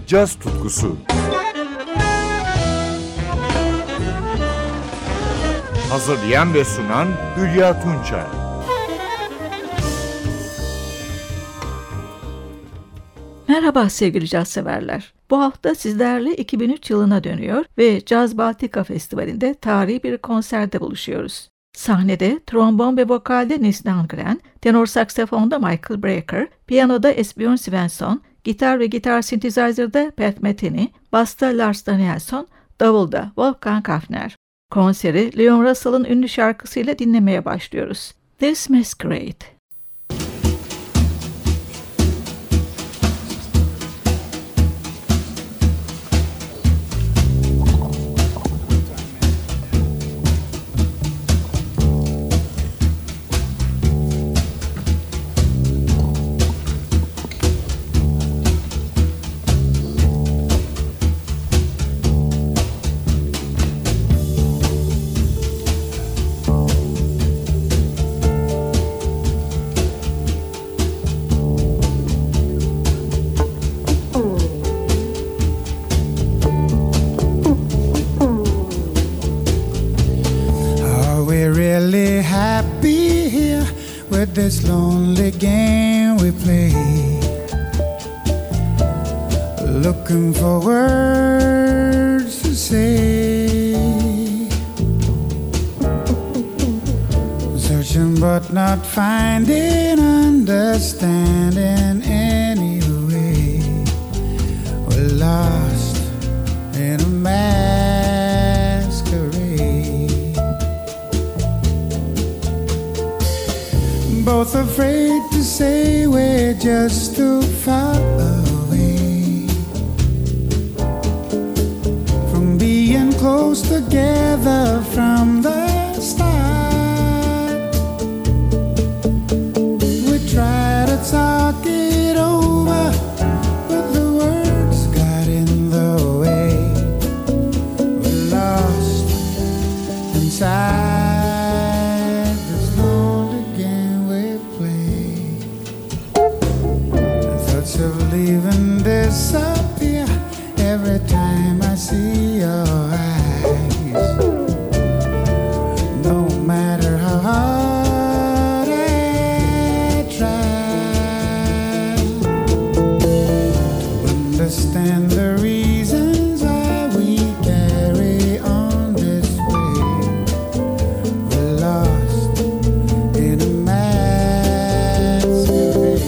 caz tutkusu. Hazırlayan ve sunan Hülya Tunçay. Merhaba sevgili caz severler. Bu hafta sizlerle 2003 yılına dönüyor ve Caz Baltica Festivali'nde tarihi bir konserde buluşuyoruz. Sahnede trombon ve vokalde Nils Landgren, tenor saksafonda Michael Brecker, piyanoda Esbjörn Svensson, gitar ve gitar synthesizer'da Pat Metheny, basta Lars Danielsson, davulda Wolfgang Hafner. Konseri Leon Russell'ın ünlü şarkısıyla dinlemeye başlıyoruz. This Masquerade. This lonely game we play, looking for words to say, searching but not finding, understanding anyway. We're lost in a both afraid to say we're just too far away from being close together from the start. We try to talk it over, but the words got in the way. We're lost inside of leaving disappear every time I see your eyes. No matter how hard I try to understand the reasons why we carry on this way, we're lost in a masquerade.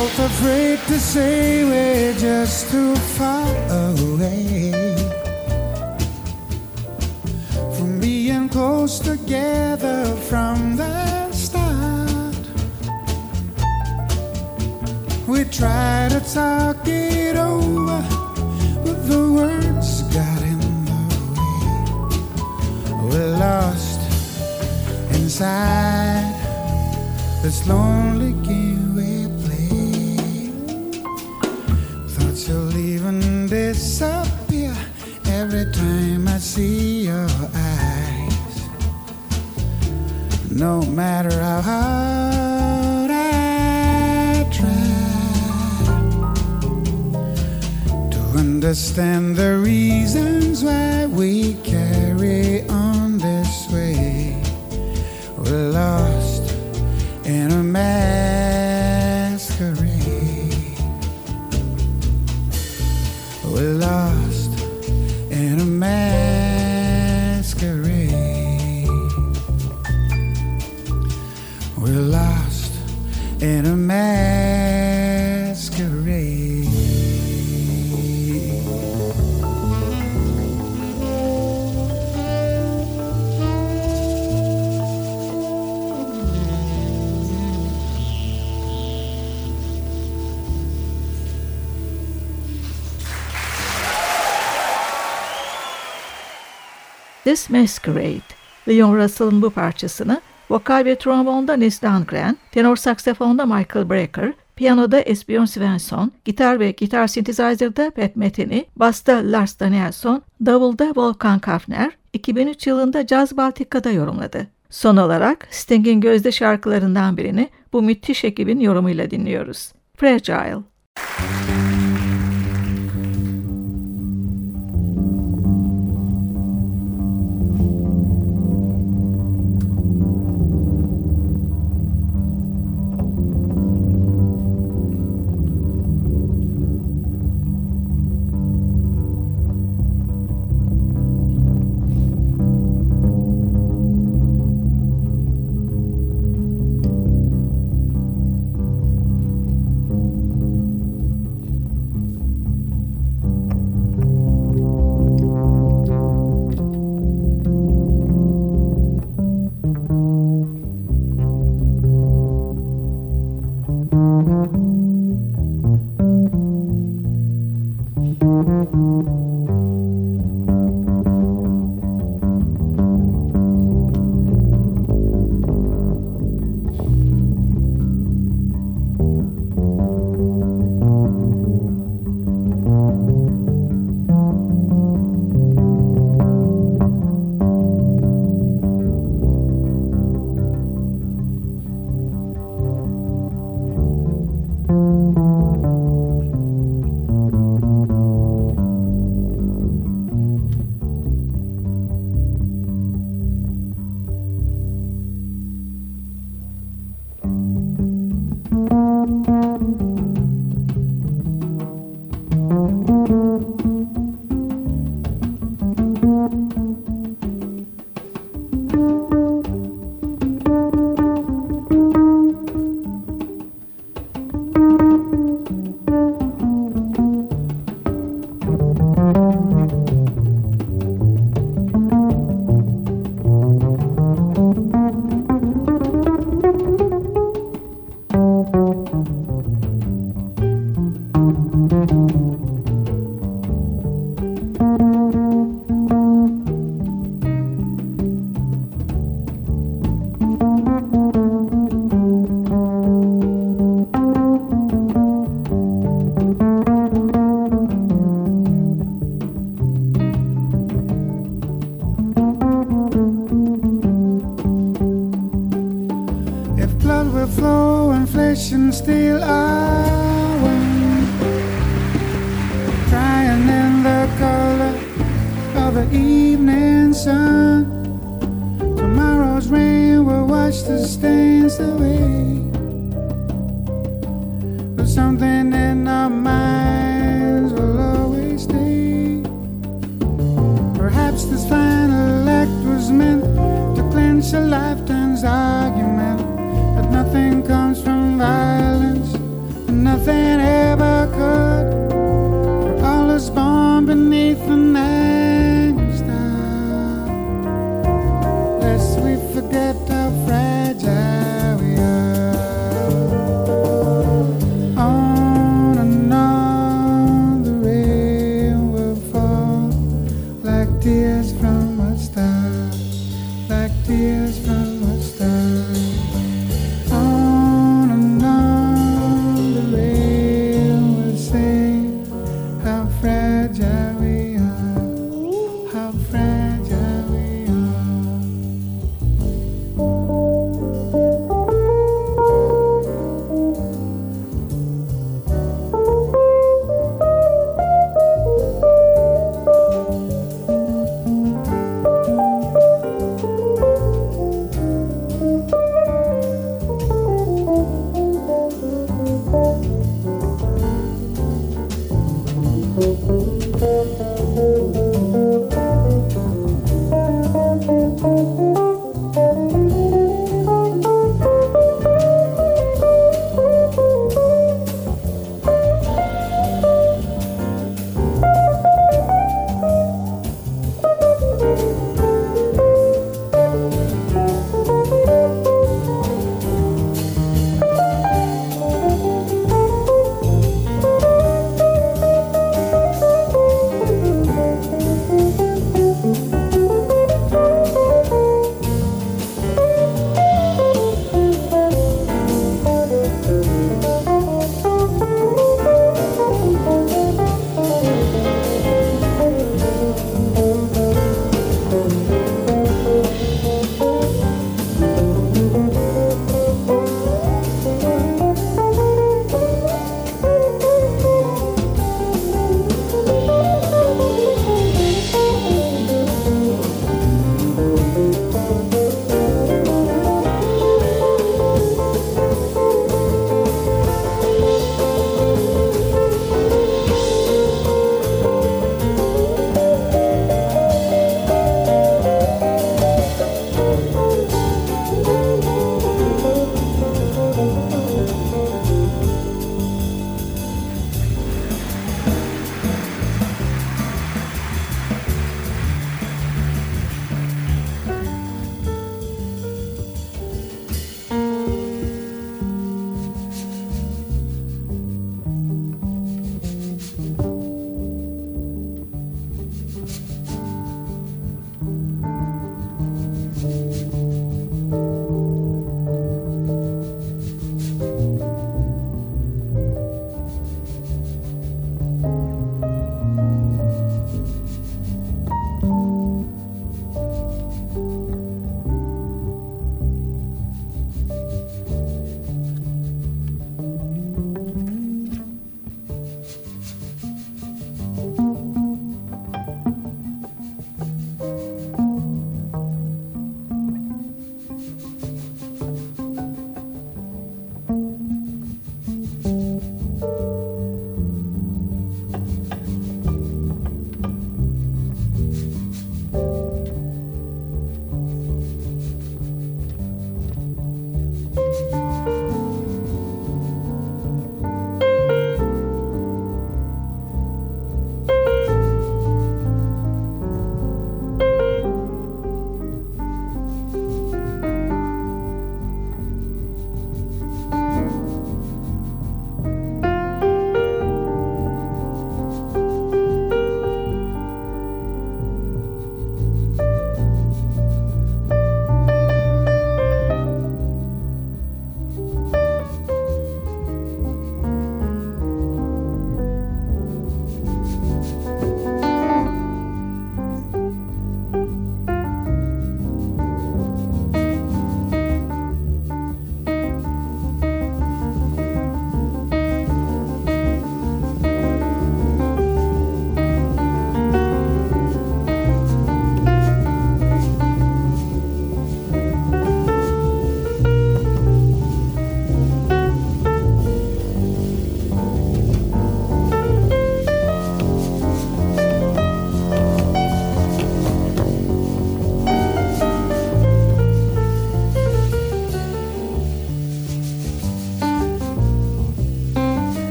both afraid to say we're just too far away from being close together from the start. We try to talk it over, but the words got in the way. We're lost inside this lonely game we play. Thoughts of leaving disappear every time I see your eyes. No matter how hard I try to understand the reasons why we carry on this way. We're lost in a masquerade. We're lost in a masquerade. We're lost in a masquerade. This Masquerade, Leon Russell'ın bu parçasını vokal ve trombonda Nils Landgren, tenor saksafonda Michael Brecker, piyanoda Esbjörn Svensson, gitar ve gitar synthesizer'da Pat Metheny, basta Lars Danielsson, davulda Volkan Kafner 2003 yılında Caz Baltica'da yorumladı. Son olarak Sting'in gözde şarkılarından birini bu müthiş ekibin yorumuyla dinliyoruz. Fragile. and still I wait, crying in the color of the evening sun. Tomorrow's rain will wash the stains away, but something in our minds will always stay. Perhaps this final act was meant to clench a lifetime's argument, but nothing comes from violence, and nothing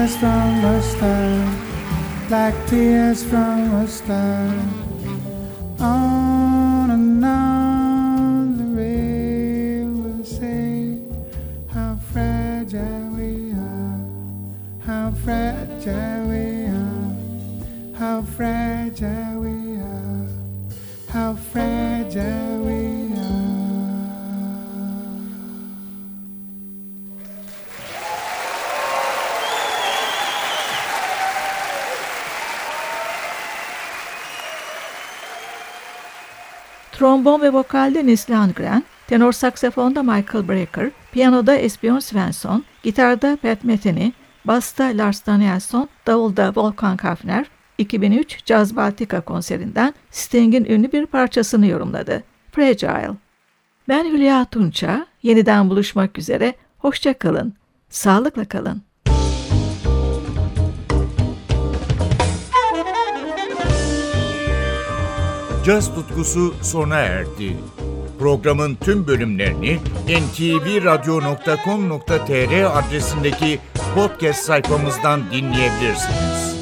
tears from a star, like tears from a star. On and on the rail will say how fragile we are, how fragile we are, how fragile we are, how fragile we are. Trombon ve vokalde Neslihan Gren, tenor saksafonda Michael Brecker, piyanoda Esbjörn Svensson, gitarda Pat Metheny, basta Lars Danielsson, davulda Volkan Kafner, 2003 Jazz Baltica konserinden Sting'in ünlü bir parçasını yorumladı. Fragile. Ben Hülya Tunça, yeniden buluşmak üzere, hoşça kalın, sağlıkla kalın. Caz tutkusu sona erdi. Programın tüm bölümlerini ntvradio.com.tr adresindeki podcast sayfamızdan dinleyebilirsiniz.